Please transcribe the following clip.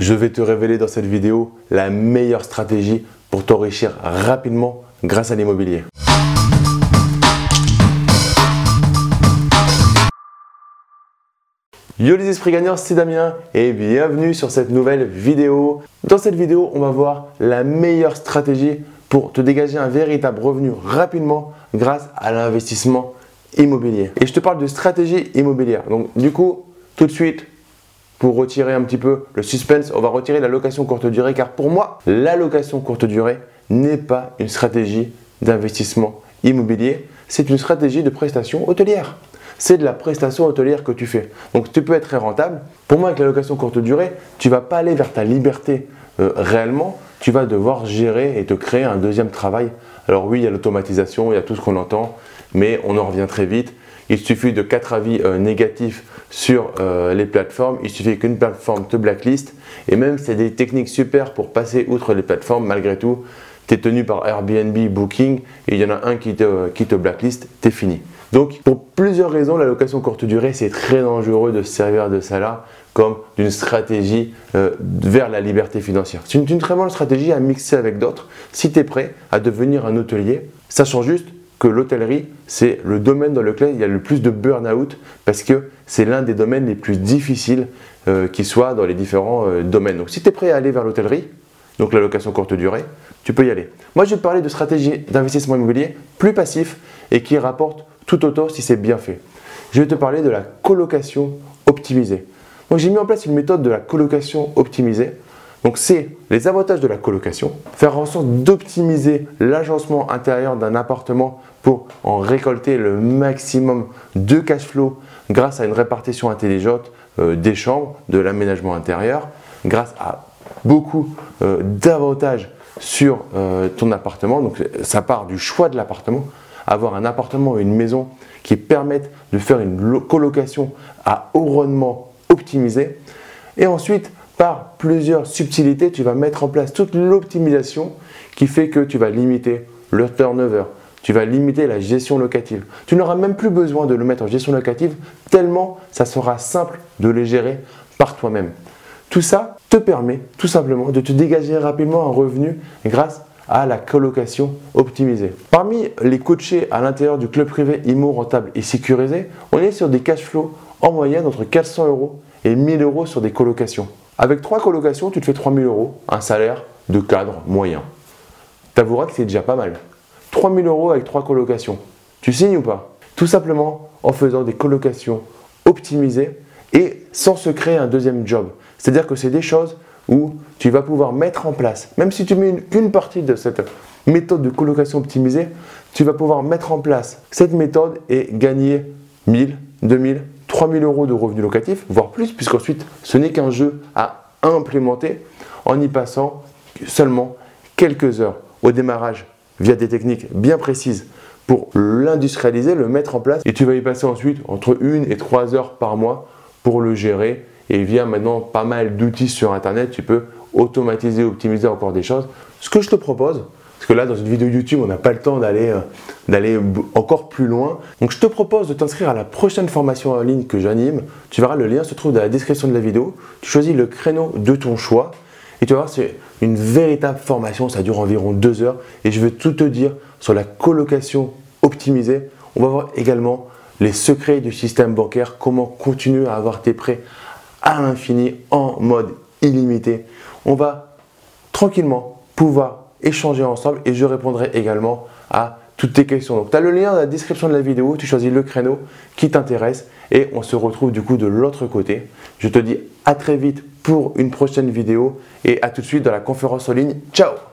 Je vais te révéler dans cette vidéo la meilleure stratégie pour t'enrichir rapidement grâce à l'immobilier. Yo les esprits gagnants, c'est Damien et bienvenue sur cette nouvelle vidéo. Dans cette vidéo, on va voir la meilleure stratégie pour te dégager un véritable revenu rapidement grâce à l'investissement immobilier. Et je te parle de stratégie immobilière. Donc du coup, tout de suite, pour retirer un petit peu le suspense, on va retirer la location courte durée car pour moi, la location courte durée n'est pas une stratégie d'investissement immobilier, c'est une stratégie de prestation hôtelière. C'est de la prestation hôtelière que tu fais. Donc tu peux être très rentable. Pour moi, avec la location courte durée, tu ne vas pas aller vers ta liberté réellement. Tu vas devoir gérer et te créer un deuxième travail. Alors oui, il y a l'automatisation, il y a tout ce qu'on entend, mais on en revient très vite. Il suffit de 4 avis négatifs sur les plateformes. Il suffit qu'une plateforme te blacklist. Et même si c'est des techniques super pour passer outre les plateformes, malgré tout, tu es tenu par Airbnb, Booking, et il y en a un qui te blacklist, tu es fini. Donc, pour plusieurs raisons, la location courte durée, c'est très dangereux de se servir de ça là comme d'une stratégie vers la liberté financière. C'est une très bonne stratégie à mixer avec d'autres si tu es prêt à devenir un hôtelier, sachant juste que l'hôtellerie, c'est le domaine dans lequel il y a le plus de burn-out parce que c'est l'un des domaines les plus difficiles qui soit dans les différents domaines. Donc, si tu es prêt à aller vers l'hôtellerie, donc la location courte durée, tu peux y aller. Moi, je vais te parler de stratégie d'investissement immobilier plus passif et qui rapporte tout autant si c'est bien fait. Je vais te parler de la colocation optimisée. Donc, j'ai mis en place une méthode de la colocation optimisée. Donc, c'est les avantages de la colocation, faire en sorte d'optimiser l'agencement intérieur d'un appartement pour en récolter le maximum de cash flow grâce à une répartition intelligente des chambres, de l'aménagement intérieur, grâce à beaucoup d'avantages sur ton appartement. Donc, ça part du choix de l'appartement. Avoir un appartement ou une maison qui permettent de faire une colocation à haut rendement optimisé. Et ensuite, par plusieurs subtilités, tu vas mettre en place toute l'optimisation qui fait que tu vas limiter le turnover, tu vas limiter la gestion locative. Tu n'auras même plus besoin de le mettre en gestion locative tellement ça sera simple de les gérer par toi-même. Tout ça te permet tout simplement de te dégager rapidement un revenu grâce à la colocation optimisée. Parmi les coachés à l'intérieur du club privé IMO rentable et sécurisé, on est sur des cash flows en moyenne entre 400 € et 1000 € sur des colocations. Avec 3 colocations, tu te fais 3000 €, un salaire de cadre moyen. Tu avoueras que c'est déjà pas mal. 3000 € avec 3 colocations. Tu signes ou pas? Tout simplement en faisant des colocations optimisées et sans se créer un deuxième job. C'est-à-dire que c'est des choses où tu vas pouvoir mettre en place, même si tu mets qu'une partie de cette méthode de colocation optimisée, tu vas pouvoir mettre en place cette méthode et gagner 1000, 2000, 3000 € de revenus locatifs, voire plus, puisqu'ensuite ce n'est qu'un jeu à implémenter en y passant seulement quelques heures au démarrage via des techniques bien précises pour l'industrialiser, le mettre en place et tu vas y passer ensuite entre 1 et 3 heures par mois pour le gérer. Et via maintenant pas mal d'outils sur internet, tu peux automatiser, optimiser encore des choses. Ce que je te propose, parce que là dans une vidéo YouTube, on n'a pas le temps d'aller encore plus loin. Donc je te propose de t'inscrire à la prochaine formation en ligne que j'anime. Tu verras, le lien se trouve dans la description de la vidéo. Tu choisis le créneau de ton choix et tu vas voir, c'est une véritable formation. Ça dure environ 2 heures et je vais tout te dire sur la colocation optimisée. On va voir également les secrets du système bancaire, comment continuer à avoir tes prêts à l'infini en mode illimité. On va tranquillement pouvoir échanger ensemble et je répondrai également à toutes tes questions. Donc tu as le lien dans la description de la vidéo, tu choisis le créneau qui t'intéresse et on se retrouve du coup de l'autre côté. Je te dis à très vite pour une prochaine vidéo et à tout de suite dans la conférence en ligne. Ciao!